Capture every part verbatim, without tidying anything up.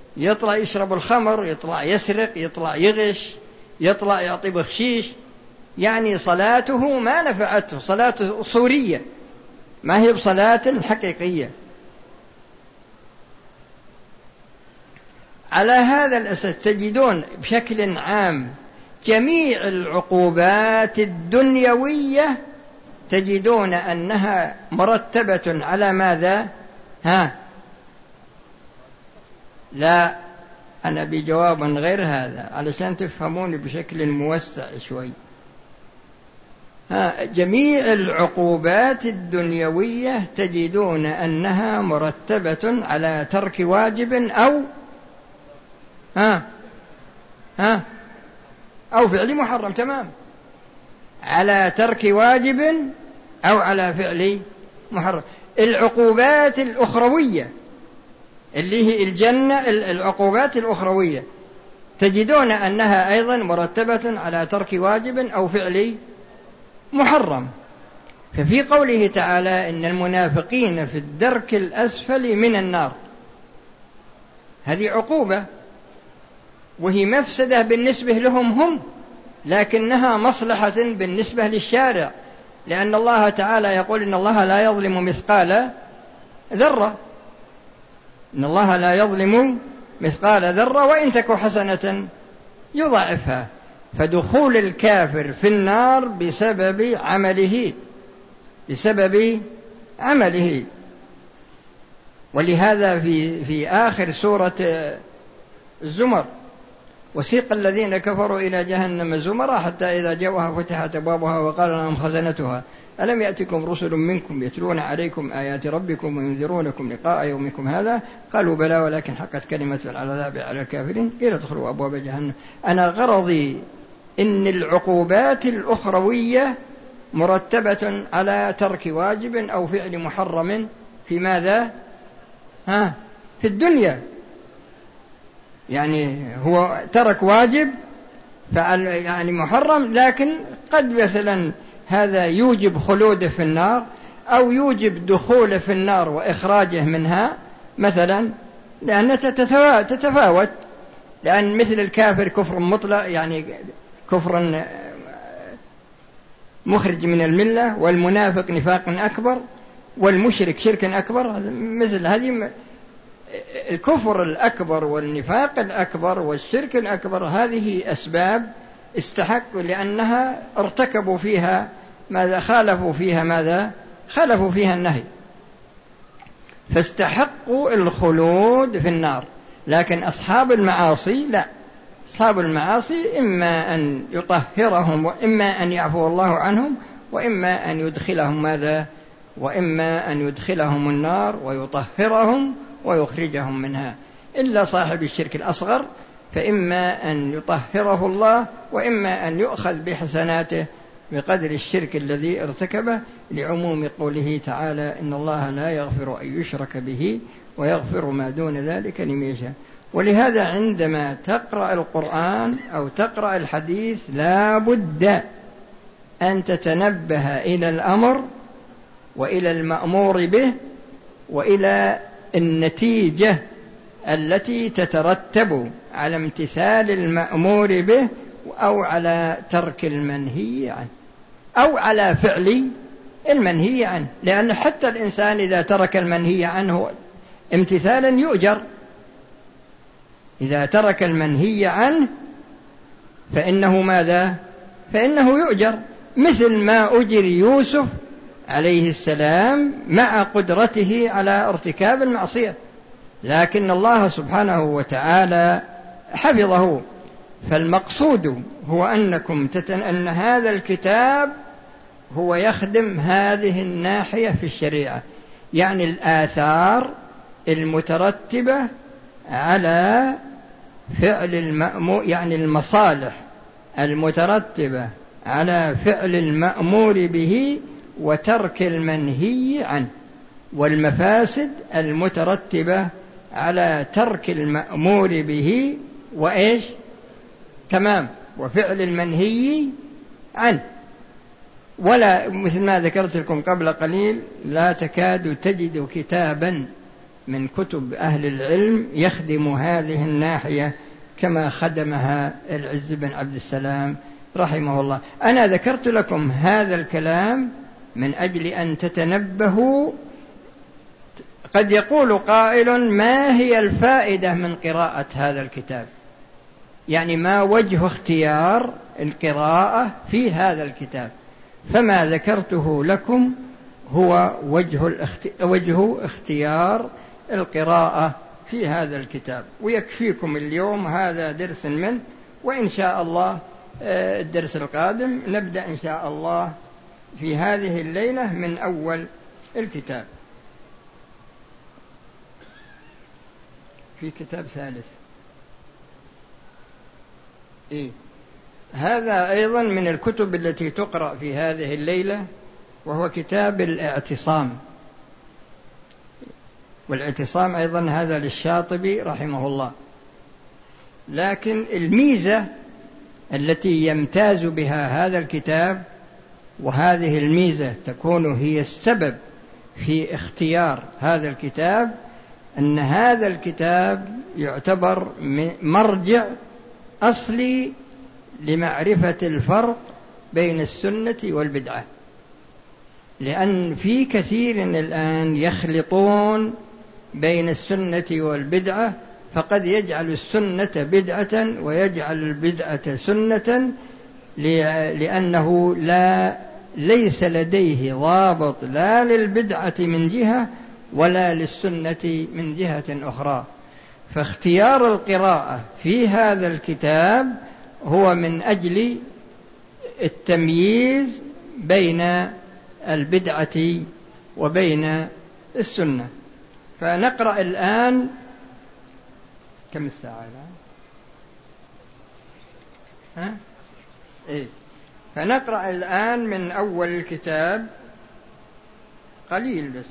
يطلع يشرب الخمر، يطلع يسرق، يطلع يغش، يطلع يعطي بخشيش. يعني صلاته ما نفعته، صلاته صورية ما هي بصلاة حقيقية. على هذا الأساس تجدون بشكل عام جميع العقوبات الدنيوية تجدون أنها مرتبة على ماذا؟ ها؟ لا، أنا بجواب غير هذا علشان تفهموني بشكل موسع شوي. ها، جميع العقوبات الدنيوية تجدون أنها مرتبة على ترك واجب أو ها ها أو فعل محرم. تمام، على ترك واجب أو على فعل محرم. العقوبات الأخروية اللي هي الجنة، العقوبات الأخروية تجدون أنها أيضا مرتبة على ترك واجب أو فعل محرم. ففي قوله تعالى إن المنافقين في الدرك الأسفل من النار، هذه عقوبة وهي مفسدة بالنسبة لهم هم، لكنها مصلحة بالنسبة للشارع، لأن الله تعالى يقول إن الله لا يظلم مثقال ذرة، إن الله لا يظلم مثقال ذرة وإن تك حسنة يضاعفها. فدخول الكافر في النار بسبب عمله، بسبب عمله. ولهذا في في آخر سورة الزمر وسيق الذين كفروا إلى جهنم زمرا حتى إذا جاءوها فتحت أبوابها وقال لهم خزنتها ألم يأتكم رسل منكم يتلون عليكم آيات ربكم وينذرونكم لقاء يومكم هذا قالوا بلى ولكن حقت كلمة العذاب على الكافرين قيل ادخلوا أبواب جهنم. أنا غرضي إن العقوبات الأخروية مرتبة على ترك واجب أو فعل محرم في ماذا؟ ها، في الدنيا. يعني هو ترك واجب فعل يعني محرم، لكن قد مثلا هذا يوجب خلوده في النار أو يوجب دخوله في النار وإخراجه منها مثلا، لأنها تتفاوت. لأن مثل الكافر كفر مطلق يعني كفر مخرج من الملة، والمنافق نفاق أكبر، والمشرك شرك أكبر. مثل هذه الكفر الأكبر والنفاق الأكبر والشرك الأكبر هذه أسباب استحقوا لأنها ارتكبوا فيها ماذا؟ خالفوا فيها ماذا؟ خالفوا فيها النهي، فاستحقوا الخلود في النار. لكن أصحاب المعاصي لا، أصحاب المعاصي إما أن يطهرهم وإما أن يعفو الله عنهم وإما أن يدخلهم ماذا؟ وإما أن يدخلهم النار ويطهرهم ويخرجهم منها. إلا صاحب الشرك الأصغر فإما أن يطهره الله وإما أن يؤخذ بحسناته بقدر الشرك الذي ارتكبه، لعموم قوله تعالى إن الله لا يغفر أن يشرك به ويغفر ما دون ذلك لمن يشاء. ولهذا عندما تقرأ القرآن أو تقرأ الحديث لا بد أن تتنبه إلى الأمر وإلى المأمور به وإلى النتيجة التي تترتب على امتثال المأمور به أو على ترك المنهي عنه أو على فعل المنهي عنه. لأن حتى الإنسان إذا ترك المنهي عنه امتثالا يؤجر، إذا ترك المنهي عنه فإنه ماذا؟ فإنه يؤجر، مثل ما أجر يوسف عليه السلام مع قدرته على ارتكاب المعصية، لكن الله سبحانه وتعالى حفظه. فالمقصود هو أنكم تتن... أن هذا الكتاب هو يخدم هذه الناحية في الشريعة، يعني الآثار المترتبة على فعل المأمور، يعني المصالح المترتبة على فعل المأمور به وترك المنهي عنه، والمفاسد المترتبة على ترك المأمور به وإيش؟ تمام، وفعل المنهي عنه. ولا مثل ما ذكرت لكم قبل قليل لا تكاد تجد كتابا من كتب أهل العلم يخدم هذه الناحية كما خدمها العز بن عبد السلام رحمه الله. أنا ذكرت لكم هذا الكلام من أجل أن تتنبهوا. قد يقول قائل: ما هي الفائدة من قراءة هذا الكتاب؟ يعني ما وجه اختيار القراءة في هذا الكتاب؟ فما ذكرته لكم هو وجه, وجه اختيار القراءة في هذا الكتاب، ويكفيكم اليوم هذا درس منه. وإن شاء الله الدرس القادم نبدأ إن شاء الله في هذه الليلة من أول الكتاب. في كتاب ثالث إيه؟ هذا أيضا من الكتب التي تقرأ في هذه الليلة، وهو كتاب الاعتصام. والاعتصام أيضا هذا للشاطبي رحمه الله. لكن الميزة التي يمتاز بها هذا الكتاب، وهذه الميزة تكون هي السبب في اختيار هذا الكتاب، أن هذا الكتاب يعتبر مرجع أصلي لمعرفة الفرق بين السنة والبدعة. لأن في كثير الآن يخلطون بين السنة والبدعة، فقد يجعل السنة بدعة ويجعل البدعة سنة، لأنه لا ليس لديه ضابط لا للبدعة من جهة ولا للسنة من جهة أخرى. فاختيار القراءة في هذا الكتاب هو من أجل التمييز بين البدعة وبين السنة. فنقرأ الآن كم الساعة الآن؟ ها؟ إيه؟ فنقرأ الآن من أول الكتاب قليل بس.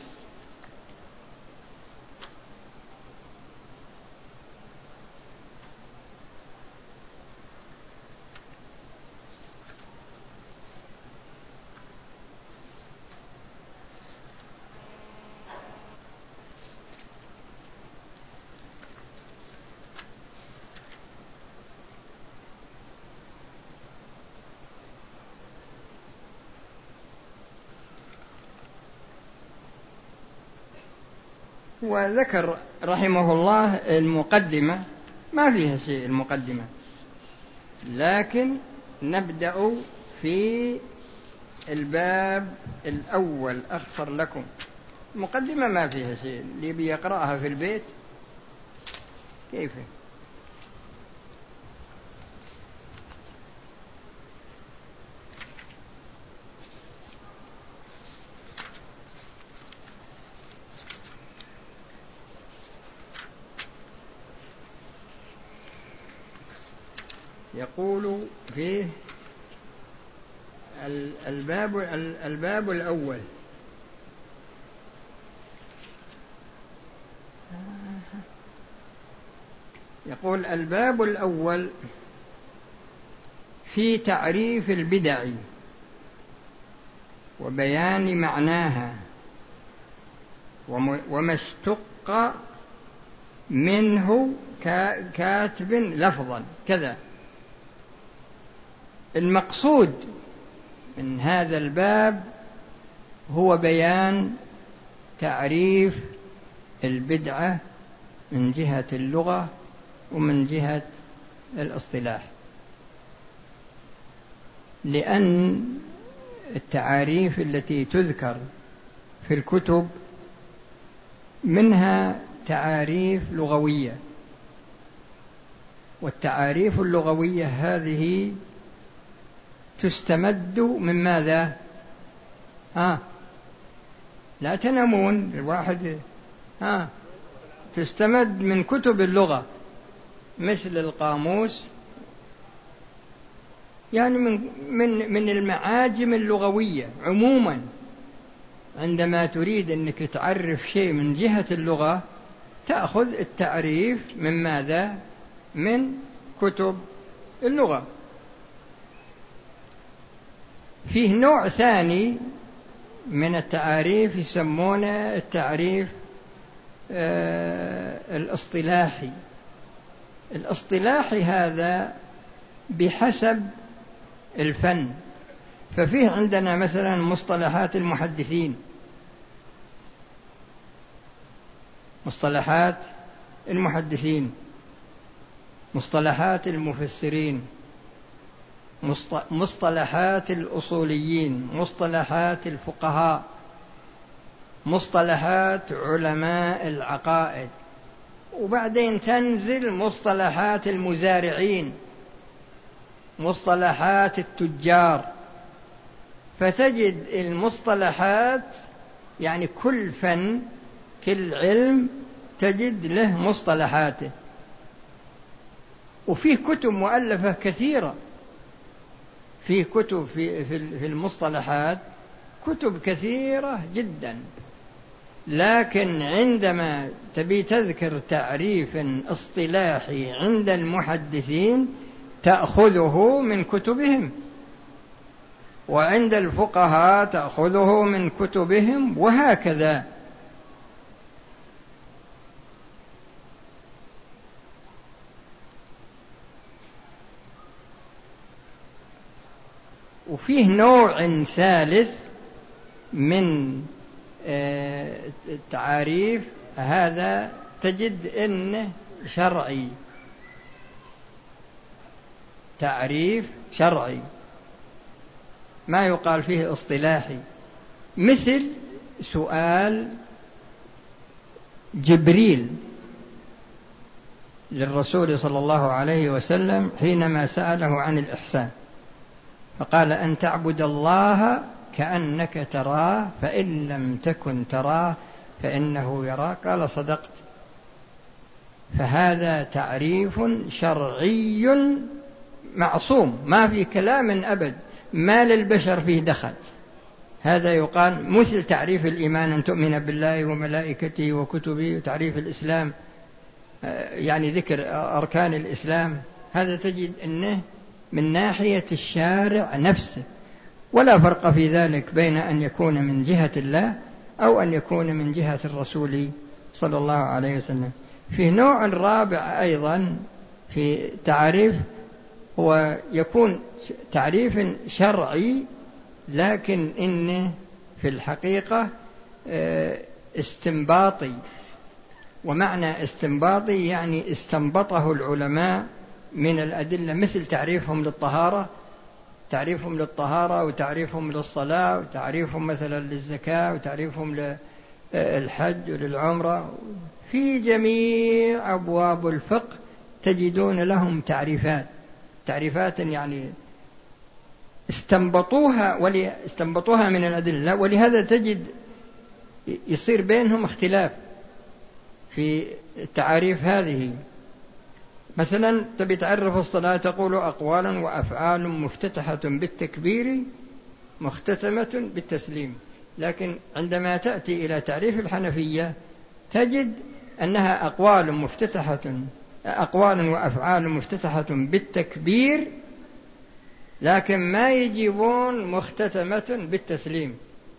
وذكر رحمه الله المقدمة، ما فيها شيء المقدمة، لكن نبدأ في الباب الأول. أخسر لكم المقدمة ما فيها شيء، اللي بيقرأها في البيت كيف. يقول فيه الباب الباب الأول: يقول الباب الأول في تعريف البدع وبيان معناها وما اشتق منه كاتب لفظا كذا. المقصود من هذا الباب هو بيان تعريف البدعة من جهة اللغة ومن جهة الاصطلاح، لأن التعاريف التي تذكر في الكتب منها تعاريف لغوية، والتعاريف اللغوية هذه تستمد من ماذا؟ ها لا تنامون الواحد. ها تستمد من كتب اللغة مثل القاموس، يعني من من من المعاجم اللغوية عموما. عندما تريد أنك تعرف شيء من جهة اللغة تأخذ التعريف من ماذا؟ من كتب اللغة. فيه نوع ثاني من التعاريف يسمونه التعريف الاصطلاحي. الاصطلاحي هذا بحسب الفن، ففيه عندنا مثلا مصطلحات المحدثين، مصطلحات المحدثين، مصطلحات المفسرين، مصطلحات الأصوليين، مصطلحات الفقهاء، مصطلحات علماء العقائد، وبعدين تنزل مصطلحات المزارعين، مصطلحات التجار. فتجد المصطلحات يعني كل فن كل علم تجد له مصطلحاته. وفيه كتب مؤلفة كثيرة، فيه كتب في في المصطلحات كتب كثيرة جدا، لكن عندما تبي تذكر تعريف اصطلاحي عند المحدثين تأخذه من كتبهم، وعند الفقهاء تأخذه من كتبهم، وهكذا. وفيه نوع ثالث من التعاريف، هذا تجد إنه شرعي، تعريف شرعي، ما يقال فيه اصطلاحي، مثل سؤال جبريل للرسول صلى الله عليه وسلم حينما سأله عن الإحسان، فقال: أن تعبد الله كأنك تراه فإن لم تكن تراه فإنه يراك. قال: صدقت. فهذا تعريف شرعي معصوم، ما في كلام أبد، ما للبشر فيه دخل. هذا يقال مثل تعريف الإيمان: أن تؤمن بالله وملائكته وكتبه، وتعريف الإسلام يعني ذكر أركان الإسلام. هذا تجد أنه من ناحية الشارع نفسه، ولا فرق في ذلك بين أن يكون من جهة الله أو أن يكون من جهة الرسول صلى الله عليه وسلم. في نوع رابع أيضا في تعريف، هو يكون تعريف شرعي لكن إنه في الحقيقة استنباطي. ومعنى استنباطي يعني استنبطه العلماء من الأدلة، مثل تعريفهم للطهارة، تعريفهم للطهارة وتعريفهم للصلاة وتعريفهم مثلا للزكاة وتعريفهم للحج وللعمرة. في جميع أبواب الفقه تجدون لهم تعريفات، تعريفات يعني استنبطوها ولي استنبطوها من الأدلة، ولهذا تجد يصير بينهم اختلاف في التعاريف هذه. مثلا تبي تعرف الصلاة تقول: أقوال وأفعال مفتتحة بالتكبير مختتمة بالتسليم. لكن عندما تأتي إلى تعريف الحنفية تجد أنها أقوال مفتتحة أقوال وأفعال مفتتحة بالتكبير، لكن ما يجيبون مختتمة بالتسليم،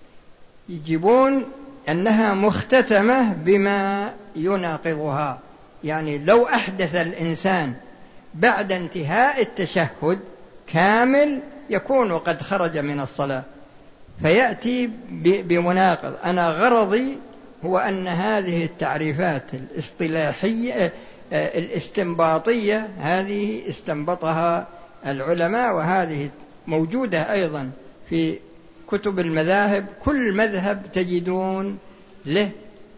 يجيبون أنها مختتمة بما يناقضها. يعني لو أحدث الإنسان بعد انتهاء التشهد كامل يكون قد خرج من الصلاة، فيأتي بمناقض. أنا غرضي هو أن هذه التعريفات الاصطلاحية الاستنباطية هذه استنبطها العلماء، وهذه موجودة أيضا في كتب المذاهب. كل مذهب تجدون له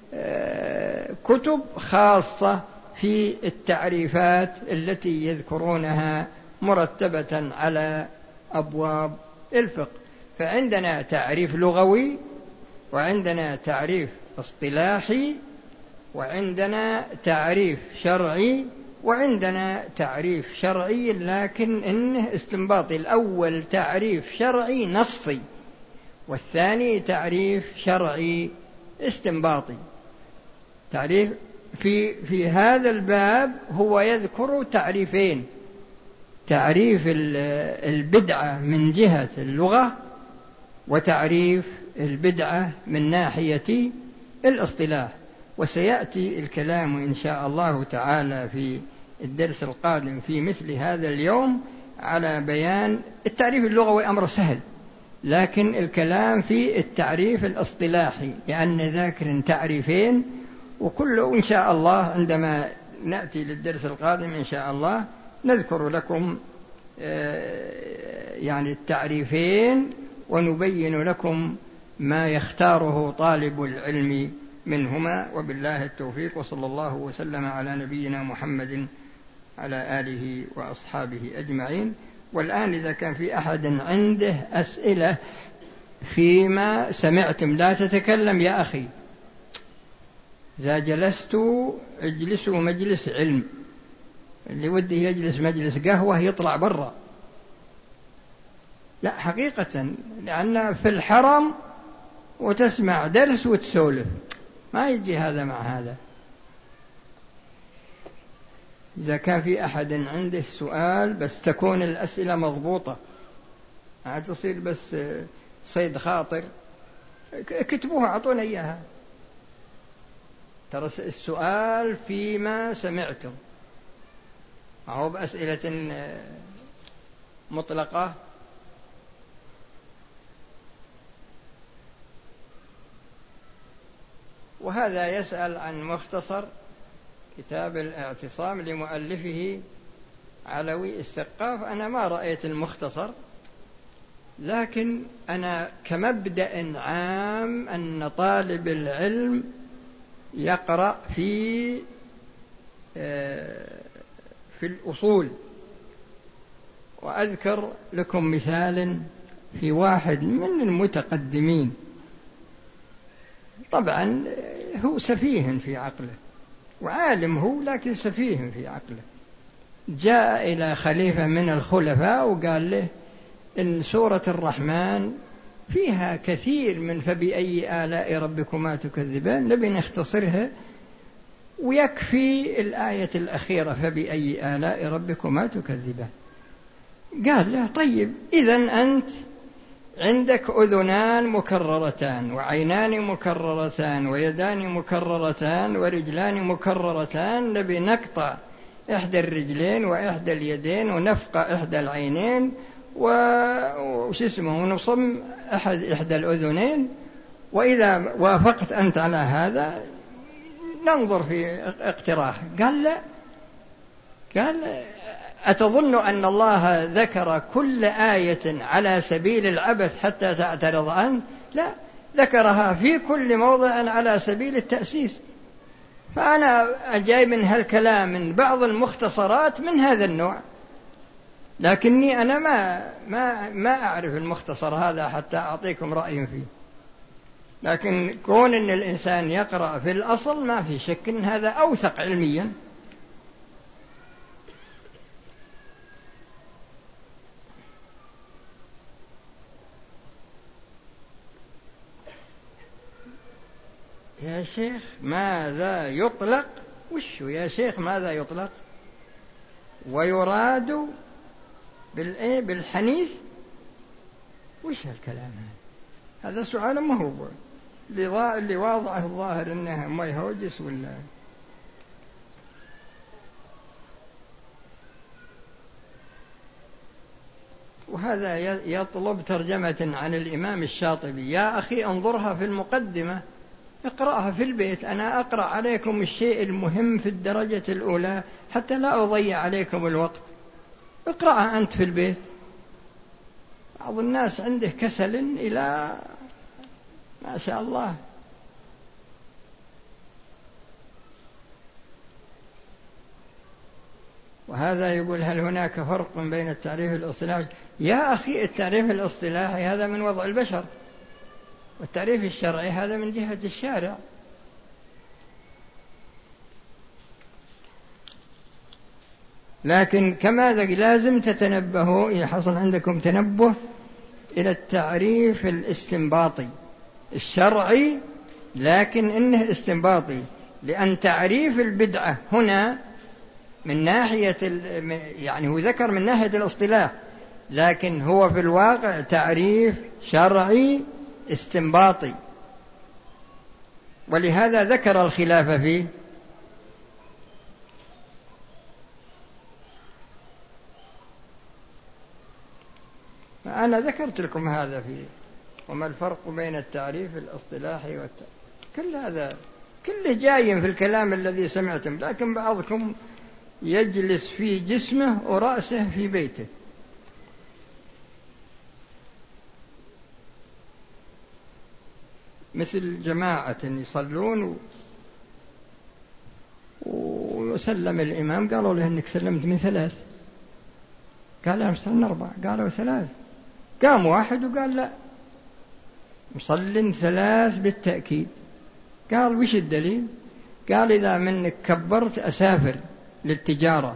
كتب خاصة في التعريفات التي يذكرونها مرتبة على أبواب الفقه. فعندنا تعريف لغوي، وعندنا تعريف اصطلاحي، وعندنا تعريف شرعي، وعندنا تعريف شرعي لكن إنه استنباطي. الأول تعريف شرعي نصي، والثاني تعريف شرعي استنباطي. تعريف في في هذا الباب هو يذكر تعريفين: تعريف البدعة من جهة اللغة، وتعريف البدعة من ناحية الاصطلاح. وسيأتي الكلام إن شاء الله تعالى في الدرس القادم في مثل هذا اليوم على بيان التعريف اللغوي. أمر سهل، لكن الكلام في التعريف الاصطلاحي، لأن ذاكر تعريفين، وكله إن شاء الله عندما نأتي للدرس القادم إن شاء الله نذكر لكم يعني التعريفين ونبين لكم ما يختاره طالب العلم منهما. وبالله التوفيق، وصلى الله وسلم على نبينا محمد على آله وأصحابه أجمعين. والآن إذا كان في أحد عنده أسئلة فيما سمعتم، لا تتكلم يا أخي، إذا جلست اجلسوا مجلس علم، اللي وده يجلس مجلس قهوة يطلع برا. لا حقيقة، لأن في الحرم وتسمع درس وتسولف، ما يجي هذا مع هذا. إذا كان في أحد عنده سؤال، بس تكون الأسئلة مضبوطة، ما تصير بس صيد خاطر، كتبوها أعطونا إياها. ترى السؤال فيما سمعتم، أو بأسئلة مطلقة. وهذا يسأل عن مختصر كتاب الاعتصام لمؤلفه علوي السقاف. أنا ما رأيت المختصر، لكن أنا كمبدأ عام أن طالب العلم يقرأ في في الأصول. وأذكر لكم مثال في واحد من المتقدمين، طبعا هو سفيه في عقله، وعالم هو لكن سفيه في عقله. جاء إلى خليفة من الخلفاء وقال له إن سورة الرحمن فيها كثير من فبأي آلاء ربكما تكذبان، نبي نختصرها ويكفي الآية الأخيرة فبأي آلاء ربكما تكذبان. قال له طيب، إذن أنت عندك أذنان مكررتان، وعينان مكررتان، ويدان مكررتان، ورجلان مكررتان، نبي نقطع إحدى الرجلين وإحدى اليدين ونفقع إحدى العينين وش اسمه ونصم أحد إحدى الأذنين، وإذا وافقت أنت على هذا ننظر في اقتراح. قال لا، قال أتظن أن الله ذكر كل آية على سبيل العبث حتى تعترض عنه؟ لا، ذكرها في كل موضع على سبيل التأسيس. فأنا أجاي من هالكلام من بعض المختصرات من هذا النوع، لكني أنا ما ما ما أعرف المختصر هذا حتى أعطيكم رأي فيه. لكن كون أن الإنسان يقرأ في الأصل ما في شك أن هذا أوثق علميا. يا شيخ ماذا يطلق؟ وشو يا شيخ ماذا يطلق ويراد بالإيه بالحنيث؟ وش هالكلام هذا؟ هذا سؤال ما هو اللي واضعه الظاهر انه ما يهوجس ولا. وهذا يطلب ترجمة عن الإمام الشاطبي. يا أخي انظرها في المقدمة، اقرأها في البيت. أنا أقرأ عليكم الشيء المهم في الدرجة الأولى حتى لا أضيع عليكم الوقت. اقرأها أنت في البيت. بعض الناس عنده كسل إلى ما شاء الله. وهذا يقول هل هناك فرق بين التعريف الاصطلاحي؟ يا أخي التعريف الاصطلاحي هذا من وضع البشر، والتعريف الشرعي هذا من جهة الشارع. لكن كما لازم تتنبهوا، يحصل عندكم تنبه إلى التعريف الاستنباطي الشرعي، لكن إنه استنباطي، لأن تعريف البدعة هنا من ناحية يعني هو ذكر من ناحية الاصطلاح، لكن هو في الواقع تعريف شرعي استنباطي. ولهذا ذكر الخلاف فيه. أنا ذكرت لكم هذا فيه، وما الفرق بين التعريف الاصطلاحي والت... كل هذا كله جاي في الكلام الذي سمعتم، لكن بعضكم يجلس في جسمه ورأسه في بيته. مثل جماعة يصلون وسلم الإمام، قالوا له إنك سلمت من ثلاث، قال لا مسلم أربع، قالوا ثلاث، قام واحد وقال لا مصل ثلاث بالتأكيد. قال وش الدليل؟ قال إذا منك كبرت أسافر للتجارة،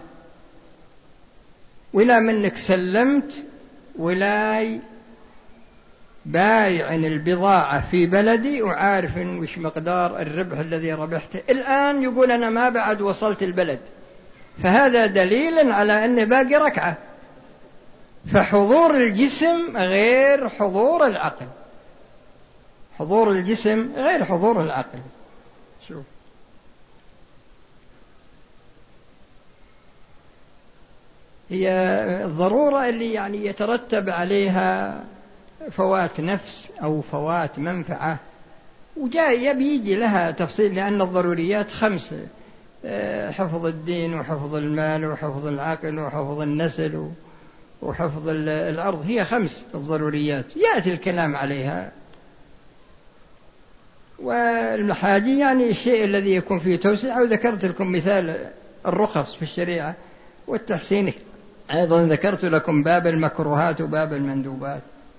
وإذا منك سلمت ولاي بايع البضاعة في بلدي وعارف وش مقدار الربح الذي ربحته، الآن يقول أنا ما بعد وصلت البلد، فهذا دليل على أنه باقي ركعة. فحضور الجسم غير حضور العقل، حضور الجسم غير حضور العقل. شوف هي الضرورة اللي يعني يترتب عليها فوات نفس أو فوات منفعة، وجاء يبيجي لها تفصيل، لأن الضروريات خمس: حفظ الدين وحفظ المال وحفظ العقل وحفظ النسل وحفظ العرض، هي خمس الضروريات يأتي الكلام عليها. والمحاجي يعني الشيء الذي يكون فيه توسع، وذكرت لكم مثال الرخص في الشريعة والتحسين، أيضا ذكرت لكم باب المكروهات وباب المندوبات.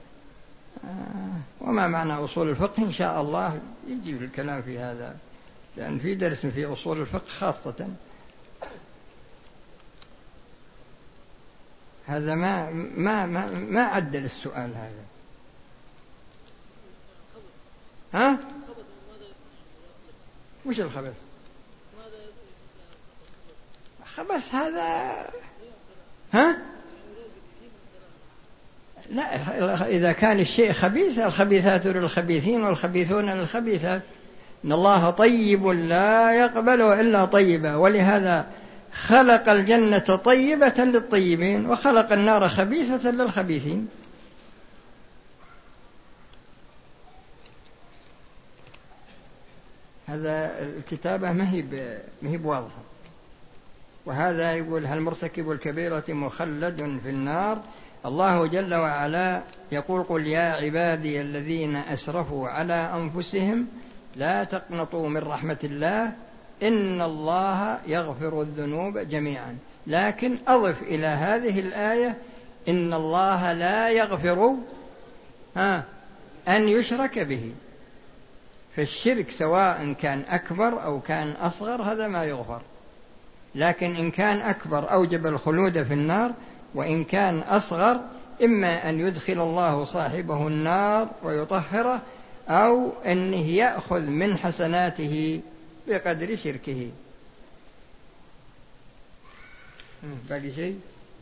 وما معنى أصول الفقه إن شاء الله يجي في الكلام في هذا، لأن في درس في أصول الفقه خاصة. هذا ما ما ما, ما عدل السؤال هذا. ها؟ وش الخبث؟ خبث هذا ها؟ لا، إذا كان الشيء خبيث، الخبيثات للخبيثين والخبيثون للخبيثات. إن الله طيب لا يقبل إلا طيبا، ولهذا خلق الجنة طيبة للطيبين وخلق النار خبيثة للخبيثين. هذا الكتابة مهيب مهيب واضحة. وهذا يقول هل مرتكب الكبيرة مخلد في النار؟ الله جل وعلا يقول قل يا عبادي الذين أسرفوا على أنفسهم لا تقنطوا من رحمة الله إن الله يغفر الذنوب جميعا. لكن أضف إلى هذه الآية إن الله لا يغفر ها أن يشرك به. فالشرك سواء كان أكبر أو كان أصغر هذا ما يغفر، لكن إن كان أكبر أوجب الخلود في النار، وإن كان أصغر إما أن يدخل الله صاحبه النار ويطهره، أو أنه يأخذ من حسناته بقدر شركه. باقي شيء؟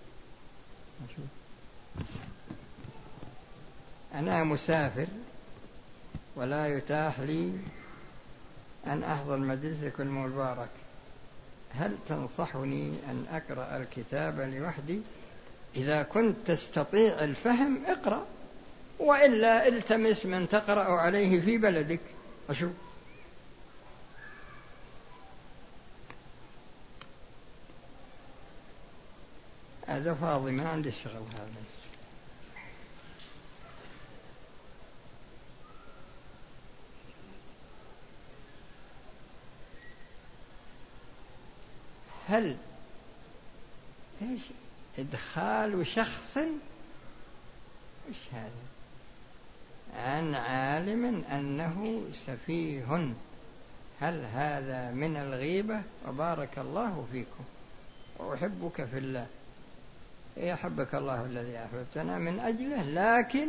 أنا مسافر ولا يتاح لي أن أحضر مجلسكم المبارك، هل تنصحني أن أقرأ الكتاب لوحدي؟ إذا كنت تستطيع الفهم اقرأ، وإلا التمس من تقرأ عليه في بلدك. أشوف هذا فاضي ما عندي الشغل هذا. هل إيش إدخال شخص إيش هذا عن عالم أنه سفيه، هل هذا من الغيبة؟ وبارك الله فيكم وأحبك في الله. يحبك الله الذي أحببتنا من أجله، لكن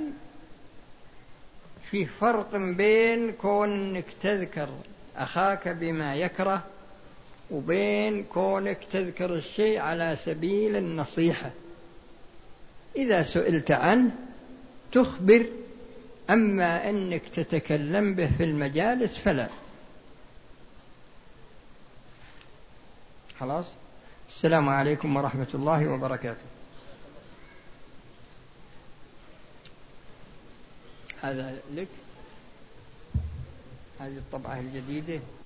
في فرق بين كونك تذكر أخاك بما يكره وبين كونك تذكر الشيء على سبيل النصيحة. إذا سئلت عنه تخبر، أما أنك تتكلم به في المجالس فلا. خلاص. السلام عليكم ورحمة الله وبركاته. هذا لك، هذه الطبعة الجديدة.